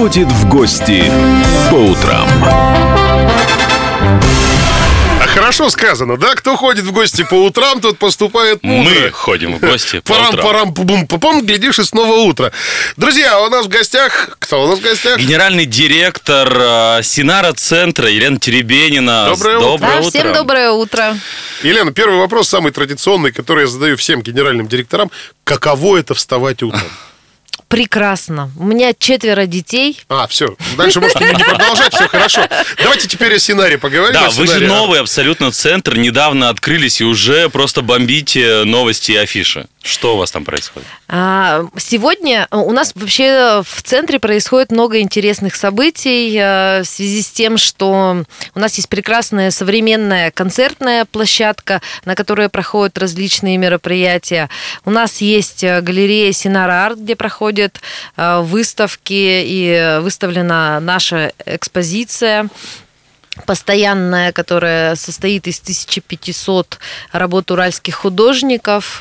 ходит в гости по утрам. Хорошо сказано, да? Кто ходит в гости по утрам, тот поступает мудро. Мы ходим в гости по утрам. Парам-парам-пум-пум, глядишь, и снова утро. Друзья, у нас в гостях... Кто у нас в гостях? Генеральный директор Синара-центра Елена Теребенина. Доброе утро. Всем доброе утро. Елена, первый вопрос, самый традиционный, который я задаю всем генеральным директорам. Каково это вставать утром? Прекрасно. У меня 4 детей. Все. Дальше можете не продолжать, все хорошо. Давайте теперь о Синаре поговорим. Да, вы же новый абсолютно центр, недавно открылись и уже просто бомбите новости и афиши. Что у вас там происходит? Сегодня у нас вообще в центре происходит много интересных событий в связи с тем, что у нас есть прекрасная современная концертная площадка, на которой проходят различные мероприятия. У нас есть галерея Синара Арт, где проходят выставки, и выставлена наша экспозиция постоянная, которая состоит из 1500 работ уральских художников.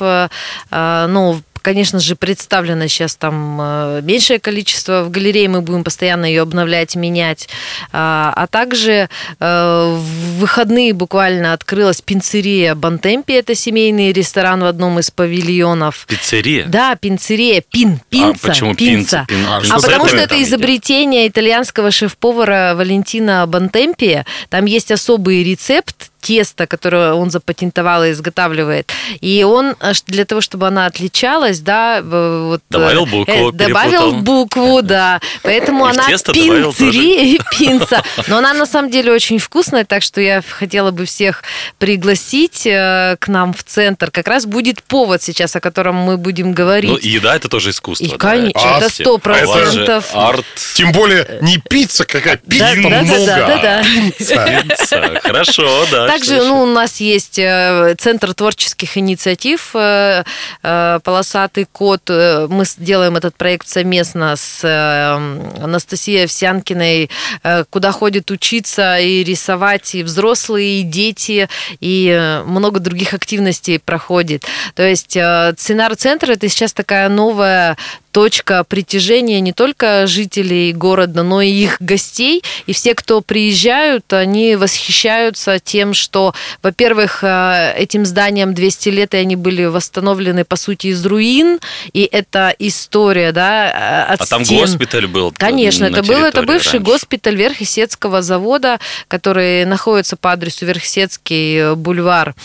Конечно же, представлено сейчас там меньшее количество. В галерее мы будем постоянно ее обновлять, менять. А также в выходные буквально открылась пиццерия Бонтемпи. Это семейный ресторан в одном из павильонов. Пиццерия? Да, пиццерия. Пинца. Почему пинца? Потому что это изобретение итальянского шеф-повара Валентино Бонтемпи. Там есть особый рецепт теста, которое он запатентовал и изготавливает. И он, для того, чтобы она отличалась, добавил букву, добавил букву, да. Поэтому она пиццерия и пинца. Но она на самом деле очень вкусная, так что я хотела бы всех пригласить к нам в центр. Как раз будет повод сейчас, о котором мы будем говорить. Еда – это тоже искусство. И, конечно, это 100%. Арт. Тем более не пицца, какая пицца много. Да. Пицца. Хорошо, да. Также у нас есть Центр творческих инициатив «Полосатый кот». Мы делаем этот проект совместно с Анастасией Овсянкиной, куда ходят учиться и рисовать и взрослые, и дети, и много других активностей проходит. То есть Синар-центр – это сейчас такая новая точка притяжения не только жителей города, но и их гостей. И все, кто приезжают, они восхищаются тем, что, во-первых, этим зданиям 200 лет, и они были восстановлены, по сути, из руин. И это история, да, от стен. А там госпиталь был? Конечно, это бывший раньше. Госпиталь Верхесецкого завода, который находится по адресу Верхесецкий бульвар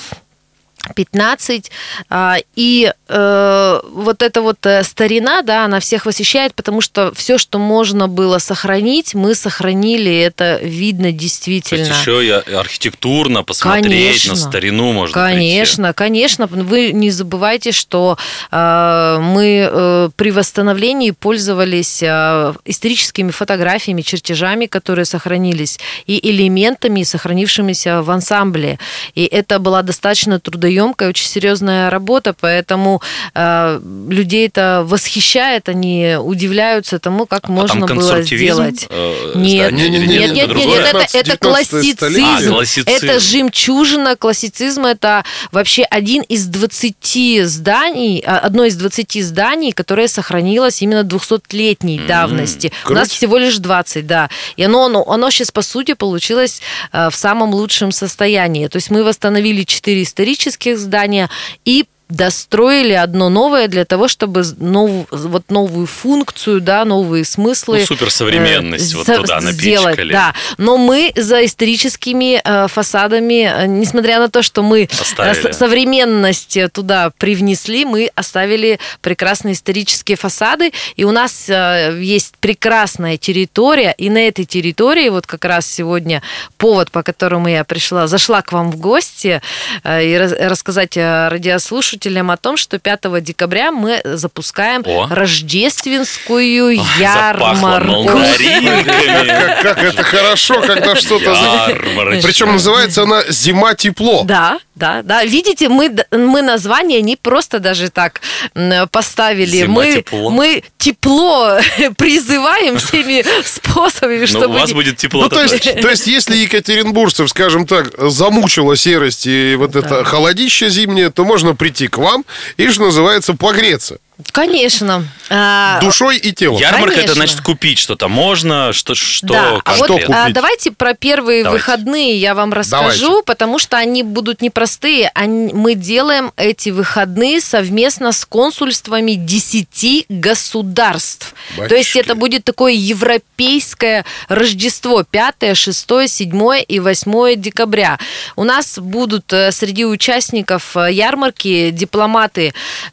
15, и вот эта вот старина, да, она всех восхищает, потому что все, что можно было сохранить, мы сохранили, это видно действительно. То есть еще и архитектурно посмотреть на старину можно прийти. Конечно. Вы не забывайте, что мы при восстановлении пользовались историческими фотографиями, чертежами, которые сохранились, и элементами, сохранившимися в ансамбле. И это была достаточно трудоемкая, очень серьезная работа, поэтому людей это восхищает, они удивляются тому, как можно было сделать. Нет, это классицизм. Это жемчужина классицизма, это вообще одно из 20 зданий, которое сохранилось именно 200-летней давности. У нас всего лишь 20, да. И оно сейчас, по сути, получилось в самом лучшем состоянии. То есть мы восстановили 4 исторических здания и достроили одно новое для того, чтобы новую функцию, да, новые смыслы суперсовременность туда напичкали. Да. Но мы за историческими фасадами, несмотря на то, что мы современность туда привнесли, мы оставили прекрасные исторические фасады, и у нас есть прекрасная территория, и на этой территории вот как раз сегодня повод, по которому я зашла к вам в гости и рассказать радиослушателям о том, что 5 декабря мы запускаем рождественскую ярмарку. Как это хорошо, когда что-то... Причем называется она «Зима тепло». Да. Видите, мы название не просто даже так поставили. Мы тепло призываем всеми способами, чтобы... у вас будет тепло. То есть, если екатеринбуржцев, скажем так, замучила серость и вот это холодище зимнее, то можно прийти к вам и, что называется, погреться. Конечно. Душой и телом. Ярмарка, Конечно. это значит купить что-то можно, что Да, а вот конкретно? давайте про первые выходные я вам расскажу, потому что они будут непростые. Мы делаем эти выходные совместно с консульствами 10 государств. Батюшки. То есть это будет такое европейское Рождество 5, 6, 7 и 8 декабря. У нас будут среди участников ярмарки дипломаты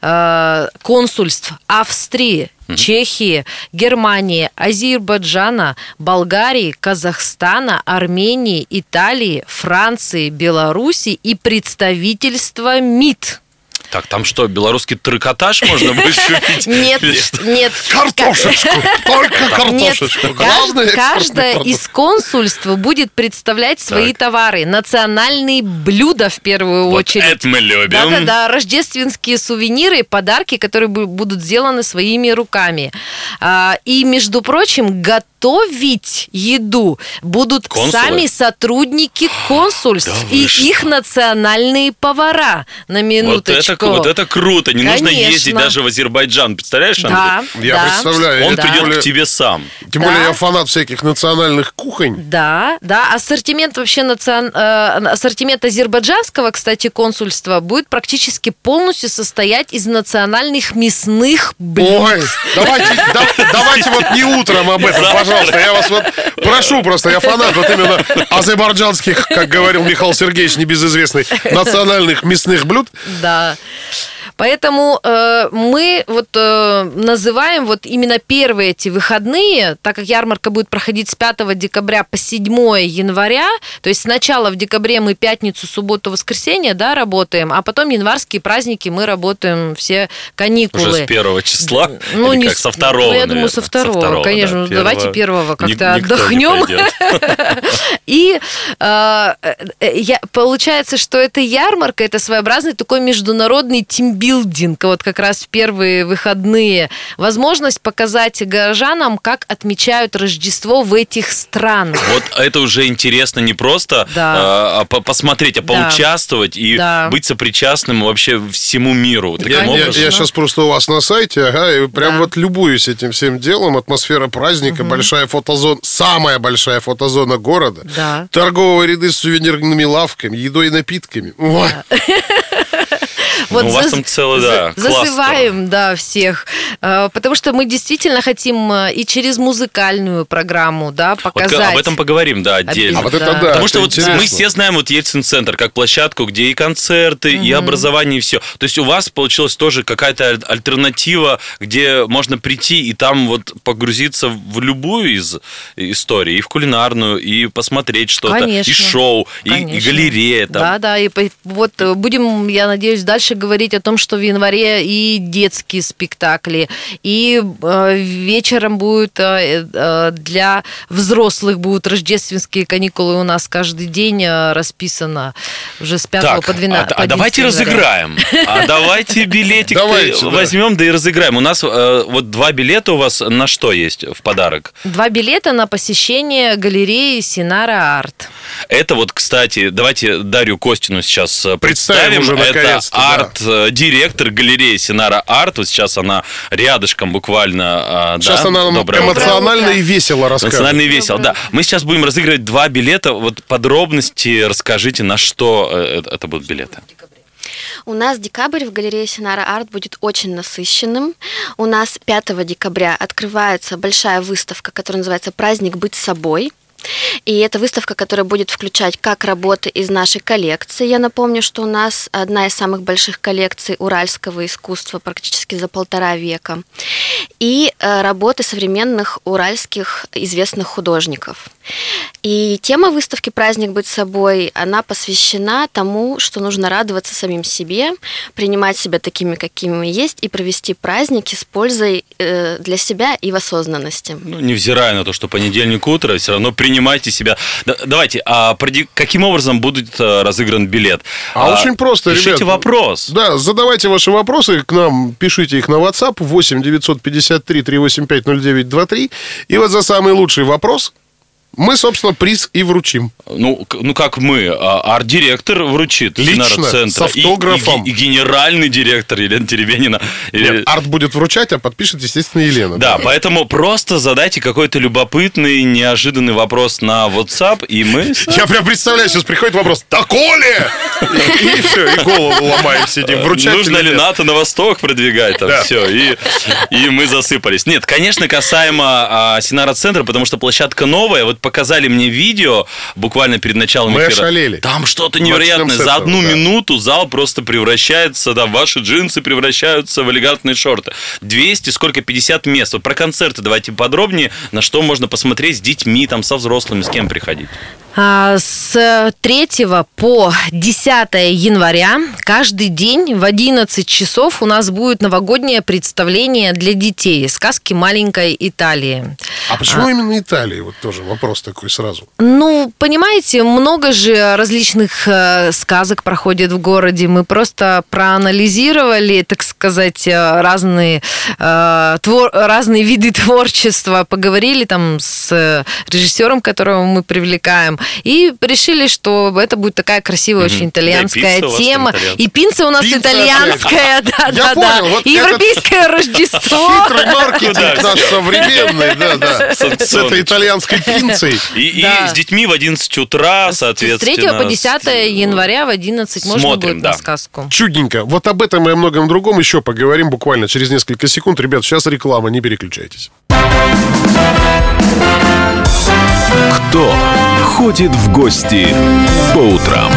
консульств Австрии, Чехии, Германии, Азербайджана, Болгарии, Казахстана, Армении, Италии, Франции, Беларуси и представительства МИД. Так, там что, белорусский трикотаж можно будет купить? Нет. Картошечку, только Нет, картошечку. Главное, каждое из консульств будет представлять свои товары, национальные блюда в первую Вот очередь. это мы любим. Да, рождественские сувениры, подарки, которые будут сделаны своими руками. И, между прочим, готовить еду будут Консулы? сами сотрудники консульств Да и вы что? их национальные повара. На минуточку. Вот это круто. Не нужно Конечно. ездить даже в Азербайджан. Представляешь, Да, Андрей? Я представляю. Он Тем придет более- к тебе сам. Тем более Да. я фанат всяких национальных кухонь. Да. Ассортимент вообще ассортимент азербайджанского, кстати, консульства будет практически полностью состоять из национальных мясных блюд. Ой, давайте вот не утром об этом, пожалуйста. Я вас вот прошу просто, я фанат вот именно азербайджанских, как говорил Михаил Сергеевич, небезызвестный, национальных мясных блюд. Да. Поэтому мы называем именно первые эти выходные, так как ярмарка будет проходить с 5 декабря по 7 января, то есть сначала в декабре мы пятницу, субботу, воскресенье, работаем, а потом январские праздники мы работаем все каникулы. Уже с 1 числа? Ну, Или не как, со 2-го, я думаю, со наверное? второго, конечно. да. Давайте первого как-то Никто не отдохнем. пойдет. И получается, что эта ярмарка, это своеобразный такой международный тимбилдинг, вот как раз в первые выходные. Возможность показать горожанам, как отмечают Рождество в этих странах. Вот это уже интересно не просто посмотреть, а поучаствовать и быть сопричастным вообще всему миру. Таким образом. Я сейчас просто у вас на сайте, и прям вот любуюсь этим всем делом. Атмосфера праздника, большая фотозона, самая большая фотозона города. Да. Торговые ряды с сувенирными лавками, едой и напитками. Ой. Вот у вас там целый, зазываем, всех, потому что мы действительно хотим и через музыкальную программу, показать. Вот об этом поговорим, отдельно. А вот это Потому что интересно. мы все знаем Ельцин-центр как площадку, где и концерты, и образование, и все. То есть у вас получилась тоже какая-то альтернатива, где можно прийти и там погрузиться в любую из историй, и в кулинарную, и посмотреть что-то, Конечно. и шоу, и галерея. Там. Да, и будем, я надеюсь, дальше говорить о том, что в январе и детские спектакли, и вечером будет для взрослых будут рождественские каникулы у нас каждый день расписано уже с 5 по 12. А давайте разыграем. Давайте билетик Давайте, возьмем, и разыграем. У нас 2 билета у вас на что есть в подарок? 2 билета на посещение галереи Синара Арт. Это кстати, давайте Дарью Костину сейчас представим. Уже, это арт-директор галереи Синара Арт. Вот сейчас она рядышком буквально. Сейчас она нам эмоционально и весело расскажет. Эмоционально и весело, да. Мы сейчас будем разыгрывать 2 билета. Подробности расскажите, на что это будут билеты. У нас декабрь в галерее Синара Арт будет очень насыщенным. У нас 5 декабря открывается большая выставка, которая называется «Праздник быть собой». И это выставка, которая будет включать как работы из нашей коллекции. Я напомню, что у нас одна из самых больших коллекций уральского искусства практически за 1,5 века. И работы современных уральских известных художников. И тема выставки «Праздник быть собой», она посвящена тому, что нужно радоваться самим себе, принимать себя такими, какими мы есть, и провести праздники с пользой для себя и в осознанности. Невзирая на то, что понедельник утро, все равно принимайте себя. Давайте, каким образом будет разыгран билет? Очень просто, пишите ребят. вопрос. Да, задавайте ваши вопросы к нам, пишите их на WhatsApp 8 953 385 0923. И за самый лучший вопрос Мы, собственно, приз и вручим. Ну как мы, арт-директор вручит Лично, Синара-центра. с автографом. И генеральный директор Елена Теребенина. Нет, арт будет вручать, а подпишет, естественно, Елена. Да, поэтому просто задайте какой-то любопытный, неожиданный вопрос на WhatsApp, и мы... Я прям представляю, сейчас приходит вопрос: «Да, Коля!» И все, и голову ломаем, сидим. Вручать Нужно или ли нет? НАТО на восток продвигать? Там Да. все, и мы засыпались. Нет, конечно, касаемо Синара-центра, потому что площадка новая. Вот показали мне видео буквально перед началом Мы эфира. ошалели. Там что-то Максим невероятное. За Сетов, одну да. минуту зал просто превращается, да, ваши джинсы превращаются в элегантные шорты. 50 мест. Вот про концерты давайте подробнее, на что можно посмотреть с детьми, там, со взрослыми, с кем приходить. С 3 по 10 января каждый день в 11 часов у нас будет новогоднее представление для детей «Сказки маленькой Италии». А почему именно Италия? Вот тоже вопрос такой сразу. Ну, понимаете, много же различных сказок проходит в городе. Мы просто проанализировали, так сказать, разные виды творчества, поговорили там с режиссером, которого мы привлекаем, и решили, что это будет такая красивая, очень итальянская Да, и пицца у вас тема. там итальянская. И пицца у нас Пицца итальянская, Я понял, вот и европейское Рождество. Хитрый маркетинг наш современный, да. С Санкционный. этой итальянской пинцей. И Да. с детьми в 11 утра, С соответственно. 3 по 10 января в 11 можно Смотрим, будет да. на сказку. Чудненько. Вот об этом и о многом другом еще поговорим буквально через несколько секунд. Ребят, сейчас реклама, не переключайтесь. Кто ходит в гости по утрам?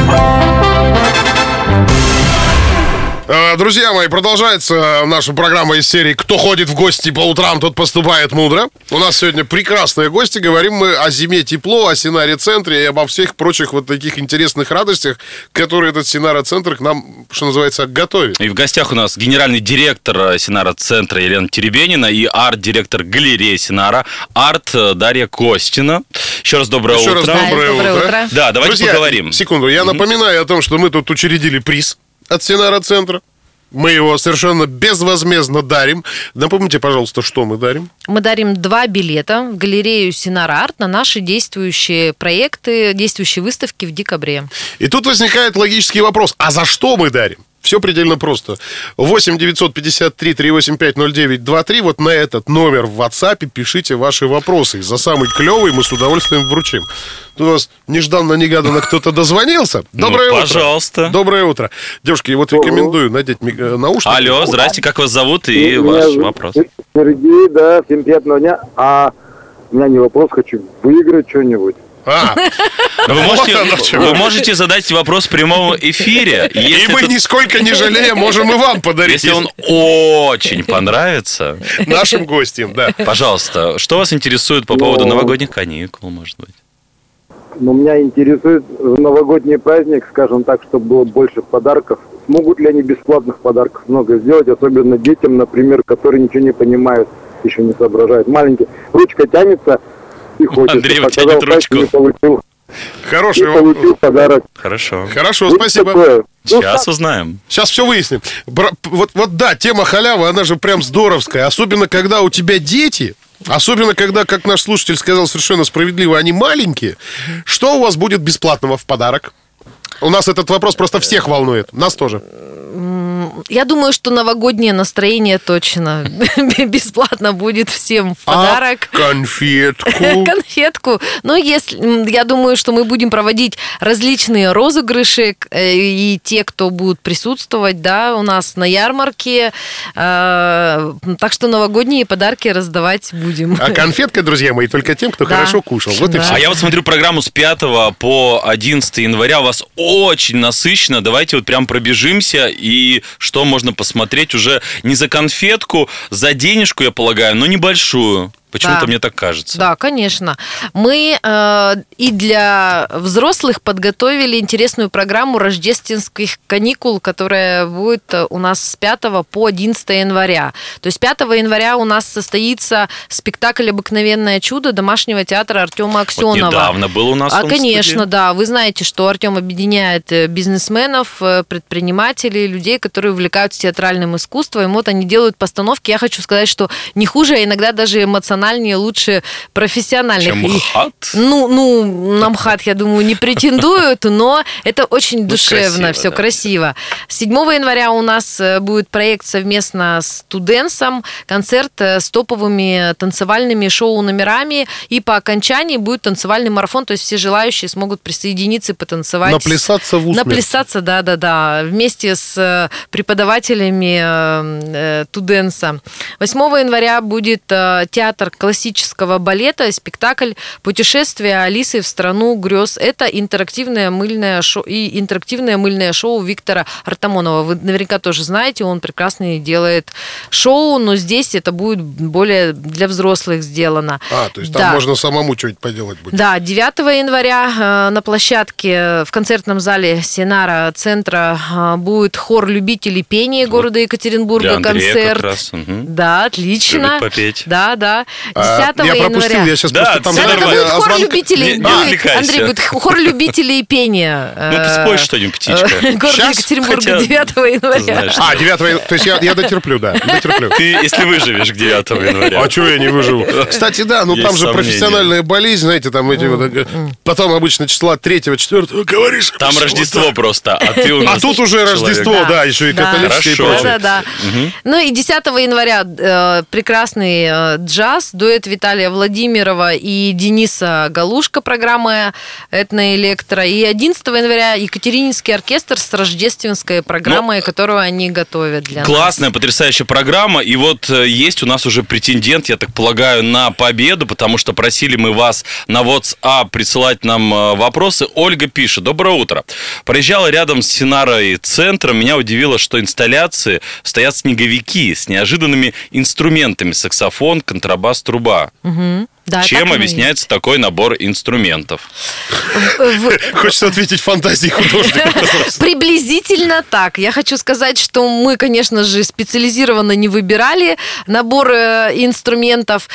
Друзья мои, продолжается наша программа из серии «Кто ходит в гости по утрам, тот поступает мудро». У нас сегодня прекрасные гости. Говорим мы о зиме тепло, о Синаре-центре и обо всех прочих вот таких интересных радостях, которые этот Синара-центр к нам, что называется, готовит. И в гостях у нас генеральный директор Синара-центра Елена Теребенина и арт-директор галереи Синара, арт Дарья Костина. Еще раз доброе Еще утро. раз доброе утро. Да, давайте Друзья, поговорим. Секунду, я напоминаю о том, что мы тут учредили приз от Синара-центра. Мы его совершенно безвозмездно дарим. Напомните, пожалуйста, что мы дарим. Мы дарим 2 билета в галерею Синара Арт на наши действующие проекты, действующие выставки в декабре. И тут возникает логический вопрос: а за что мы дарим? Все предельно просто. 8 953 385 0923. Вот на этот номер в WhatsApp пишите ваши вопросы. За самый клевый мы с удовольствием вручим. Тут у нас нежданно-негаданно кто-то дозвонился. Доброе утро. Пожалуйста. Доброе утро. Девушки, вот рекомендую надеть наушники. Алло, здрасте, как вас зовут и ваш вопрос? Сергей, да, всем приятного дня. А у меня не вопрос, хочу выиграть что-нибудь. Вы Вот оно в чем. можете задать вопрос в прямом эфире. И Если мы, тут- нисколько не жалея, можем и вам подарить. Если он очень понравится, Нашим гостям, да. пожалуйста, что вас интересует по поводу новогодних каникул, может быть? Но меня интересует новогодний праздник, скажем так, чтобы было больше подарков. Смогут ли они бесплатных подарков много сделать, особенно детям, например, которые ничего не понимают, еще не соображают. Маленький, ручка тянется и хочет. Андрей Показал тянет пальцем, ручку. не получил, Хороший не получил вопрос. подарок. Хорошо. Хорошо, Вот спасибо. такое. Ну, Сейчас узнаем. Сейчас все выясним. Вот да, тема халявы, она же прям здоровская. Особенно, когда у тебя дети. Особенно, когда, как наш слушатель сказал совершенно справедливо, они маленькие. Что у вас будет бесплатного в подарок? У нас этот вопрос просто всех волнует. Нас тоже. Я думаю, что новогоднее настроение точно бесплатно будет всем в подарок. А конфетку. Конфетку. Но если, я думаю, что мы будем проводить различные розыгрыши, и те, кто будут присутствовать, да, у нас на ярмарке. Так что новогодние подарки раздавать будем. А конфетка, друзья мои, только тем, кто Да. хорошо кушал. Вот и Да. все. А я вот смотрю программу с 5 по 11 января. У вас очень насыщенно. Давайте вот прям пробежимся. И что можно посмотреть уже не за конфетку, за денежку, я полагаю, но небольшую. Почему-то Да. мне так кажется. Да, конечно. Мы и для взрослых подготовили интересную программу рождественских каникул, которая будет у нас с 5 по 11 января. То есть 5 января у нас состоится спектакль «Обыкновенное чудо» домашнего театра Артема Вот Аксенова. недавно был у нас он в Конечно, студии. да. Вы знаете, что Артем объединяет бизнесменов, предпринимателей, людей, которые увлекаются театральным искусством. И вот они делают постановки. Я хочу сказать, что не хуже, а иногда даже эмоционально рациональнее, лучше профессиональных. Чем МХАТ? На МХАТ, я думаю, не претендуют, но это очень душевно, все да. красиво. 7 января у нас будет проект совместно с Туденсом, концерт с топовыми танцевальными шоу-номерами, и по окончании будет танцевальный марафон, то есть все желающие смогут присоединиться и потанцевать. Наплясаться в усмерть. Наплясаться, да, вместе с преподавателями Туденса. 8 января будет театр классического балета, спектакль «Путешествие Алисы в страну грез». Это интерактивное мыльное шоу Виктора Артамонова. Вы наверняка тоже знаете, он прекрасно делает шоу, но здесь это будет более для взрослых сделано. То есть там можно самому что-нибудь поделать будет. Да, 9 января на площадке в концертном зале Синара центра будет хор любителей пения города Екатеринбурга, концерт. Да, отлично. Любит попеть. Да. 10 Я января. пропустил, я сейчас просто там... Это будет хор любителей. Не отвлекайся. Андрей, будет хор любителей пения. Ты спой что-нибудь, птичка. Города Екатеринбурга, 9 января. 9, то есть я дотерплю, да. Ты, если выживешь к 9 января. А что я не выживу? Кстати, да, Есть там же сомнения. профессиональная болезнь, знаете, там эти вот... Потом обычно числа 3-4 говоришь... Там почему Рождество так? просто, а ты у нас А тут уже человек. Рождество, да, еще и католическое и Хорошо. прочее. Да. Ну и 10 января прекрасный джаз, дуэт Виталия Владимирова и Дениса Галушка, программа «Этноэлектро». И 11 января Екатерининский оркестр с рождественской программой, которую они готовят для нас. Классная, потрясающая программа. И вот есть у нас уже претендент, я так полагаю, на победу, потому что просили мы вас на WhatsApp присылать нам вопросы. Ольга пишет: доброе утро. Проезжала рядом с Синарой центром. Меня удивило, что инсталляции стоят снеговики с неожиданными инструментами: саксофон, контрабас, труба. Да, Чем объясняется такой набор инструментов? Хочется ответить фантазии художника. Приблизительно так. Я хочу сказать, что мы, конечно же, специализированно не выбирали набор инструментов.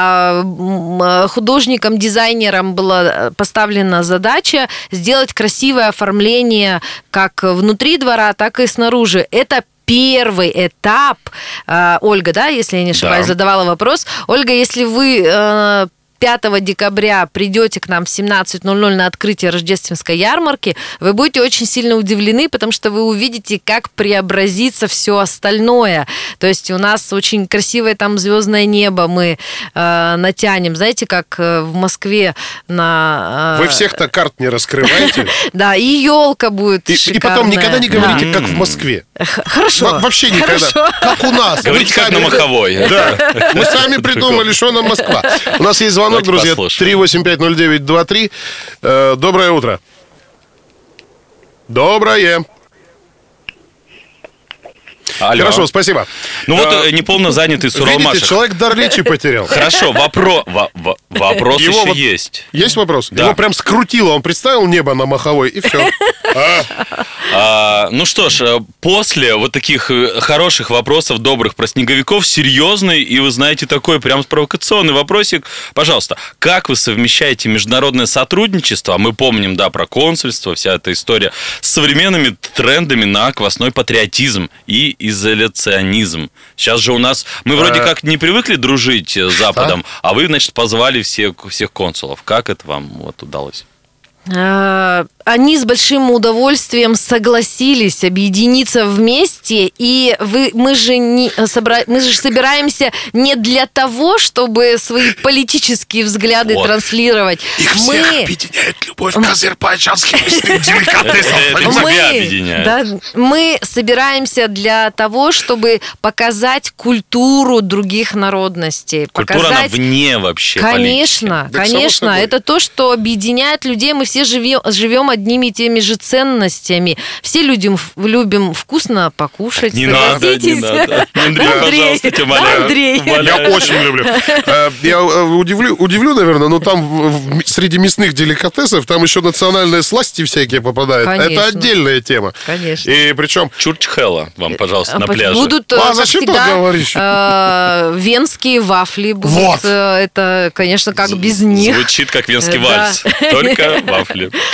Художникам, дизайнерам была поставлена задача сделать красивое оформление как внутри двора, так и снаружи. Это первый этап. Ольга, да, если я не ошибаюсь, задавала вопрос. Ольга, если вы 5 декабря придете к нам в 17:00 на открытие рождественской ярмарки, вы будете очень сильно удивлены, потому что вы увидите, как преобразится все остальное. То есть у нас очень красивое там звездное небо мы натянем. Знаете, как в Москве на... Вы всех-то карт не раскрываете. Да, и елка будет И потом никогда не говорите, как в Москве. Хорошо. Вообще никогда. Как у нас. Говорите, как на Маховой. Да. Мы сами придумали, что нам Москва. У нас есть звонок, Давайте друзья. послушаем. 3850923. Доброе утро. Доброе. Алло. Хорошо, спасибо. Ну вот неполно занятый Суралмашев. Видите, человек дар речи потерял. Хорошо, вопрос Его еще вот- есть. Есть вопрос? Да. Его прям скрутило, он представил небо на Маховой, и все. Ну что ж, после вот таких хороших вопросов, добрых про снеговиков, серьезный и, вы знаете, такой прям провокационный вопросик. Пожалуйста, как вы совмещаете международное сотрудничество, а мы помним, да, про консульство, вся эта история, с современными трендами на квасной патриотизм и изоляционизм? Сейчас же у нас, мы вроде как не привыкли дружить с Западом, а вы, значит, позвали всех консулов. Как это вам вот удалось? Они с большим удовольствием согласились объединиться вместе, и мы же собираемся не для того, чтобы свои политические взгляды транслировать. Их всех объединяет любовь к азербайджанским мясным деликатесам. Это тебя объединяет. Да, мы собираемся для того, чтобы показать культуру других народностей. Культура, она вне вообще Конечно, Так, само конечно. собой. Это то, что объединяет людей. Мы все живем одними и теми же ценностями. Все любим вкусно покушать. Не надо, не Согласитесь? надо. Андрей, пожалуйста, тебя Да, умоляю. Андрей. Я очень люблю. Я удивлю, наверное, но там среди мясных деликатесов там еще национальные сласти всякие попадают. Конечно. Это отдельная тема. Конечно. И причем... Чурчхела вам, пожалуйста, на пляже. Будут, как зачем ты всегда, говоришь? венские вафли будут. Вот. Это, конечно, как без них. Звучит как венский Да. вальс, только вафли. И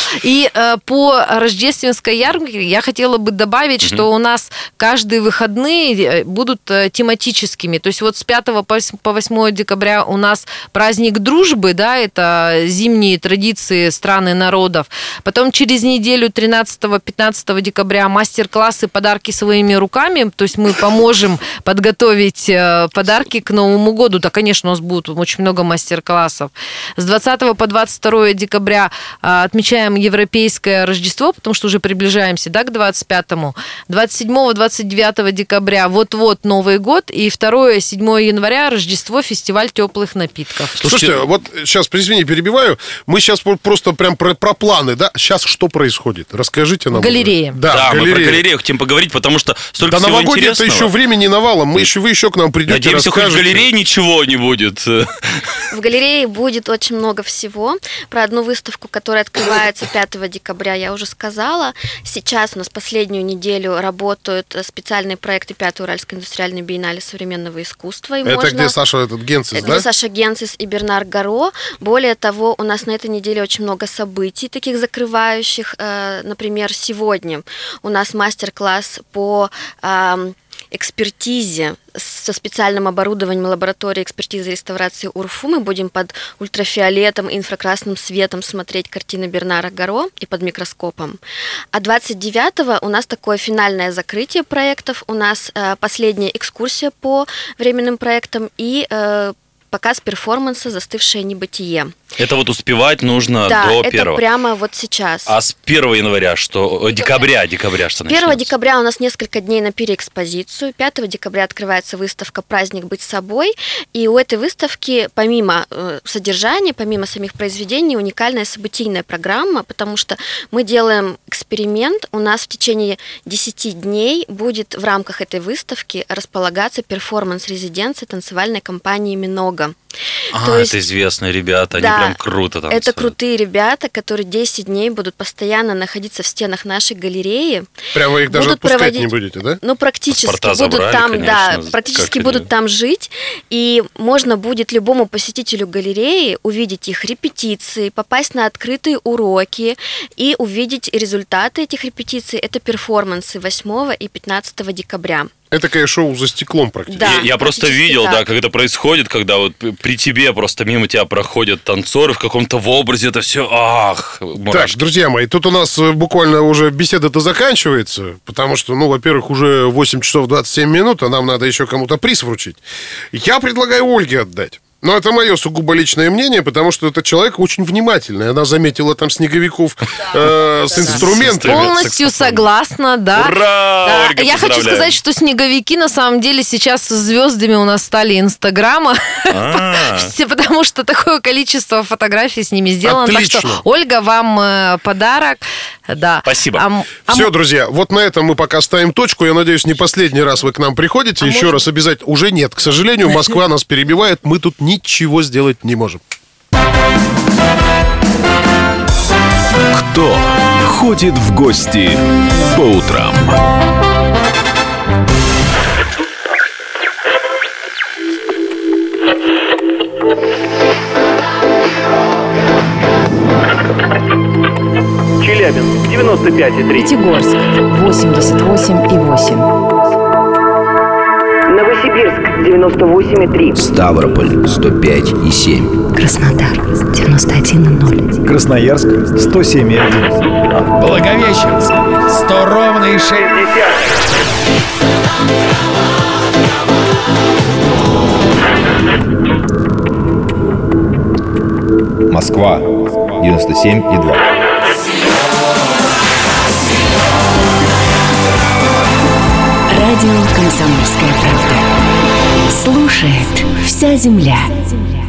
И по рождественской ярмарке я хотела бы добавить, что у нас каждые выходные будут тематическими. То есть вот с 5 по 8 декабря у нас праздник дружбы, да, это зимние традиции стран и народов. Потом через неделю 13-15 декабря мастер-классы «Подарки своими руками». То есть мы поможем подготовить подарки к Новому году. Да, конечно, у нас будет очень много мастер-классов. С 20 по 22 декабря отмечаем Европейское Рождество, потому что уже приближаемся, да, к 25-му. 27-29 декабря вот-вот Новый год. И 2-7 января Рождество, фестиваль теплых напитков. Слушайте, вот сейчас, извини, перебиваю. Мы сейчас просто прям про планы, да? Сейчас что происходит? Расскажите нам. Галерея. Да, мы про галерею хотим поговорить, потому что столько всего новогоднее это интересного. еще времени навалом. Вы еще к нам придете, Надеемся, хоть в расскажете. галерее ничего не будет. В галерее будет очень много всего. Про одну выставку, которая открывается 5 декабря, я уже сказала. Сейчас у нас последнюю неделю работают специальные проекты 5-й Уральской индустриальной биеннале современного искусства. И Это где Саша Генцис, да? Где Саша Генцис и Бернар Гаро. Более того, у нас на этой неделе очень много событий, таких закрывающих. Например, сегодня у нас мастер-класс по экспертизе со специальным оборудованием лаборатории экспертизы и реставрации УРФУ. Мы будем под ультрафиолетом и инфракрасным светом смотреть картины Бернара Гаро и под микроскопом. А 29-го у нас такое финальное закрытие проектов. У нас последняя экскурсия по временным проектам и показ перформанса «Застывшее небытие». Это вот успевать нужно Да, до это 1-го. прямо вот сейчас. А с 1 января что? Декабря что 1 декабря у нас несколько дней на переэкспозицию. 5 декабря открывается выставка «Праздник быть собой». И у этой выставки, помимо содержания, помимо самих произведений, уникальная событийная программа, потому что мы делаем эксперимент. У нас в течение 10 дней будет в рамках этой выставки располагаться перформанс-резиденция танцевальной компании «Минога». Это известные ребята, да, они прям круто там. Это крутые ребята, которые 10 дней будут постоянно находиться в стенах нашей галереи. Прямо вы их даже отпускать не будете, да? Ну, практически Паспорта будут забрали, там, конечно, да, практически будут там жить. И можно будет любому посетителю галереи увидеть их репетиции, попасть на открытые уроки и увидеть результаты этих репетиций. Это перформансы 8 и 15 декабря. Это, конечно, шоу за стеклом практически. Да, Я просто видел, так. да, как это происходит, когда вот при тебе просто мимо тебя проходят танцоры в каком-то образе, это все, мурашки. Так, друзья мои, тут у нас буквально уже беседа-то заканчивается, потому что, во-первых, уже 8 часов 27 минут, а нам надо еще кому-то приз вручить. Я предлагаю Ольге отдать. Но это мое сугубо личное мнение, потому что этот человек очень внимательный. Она заметила там снеговиков с инструментами. Полностью согласна, да. Ура! Да. Ольга, Я хочу поздравляем. сказать, что снеговики на самом деле сейчас звездами у нас стали Инстаграма, потому что такое количество фотографий с ними сделано. Так Отлично. что, Ольга, вам подарок. Да. Спасибо. Все, друзья, вот на этом мы пока ставим точку. Я надеюсь, не последний раз вы к нам приходите. Еще раз обязательно. Уже нет, к сожалению, Москва нас перебивает. Мы тут ничего сделать не можем. Кто ходит в гости по утрам? Челябинск 95,3. Пятигорск 88,8. Новосибирск 98,3. Ставрополь 105,7. Краснодар 91,0. Красноярск 107,1. Благовещенск 100,6. Москва 97,2. Радио «Комсомольская правда». Слушает вся земля.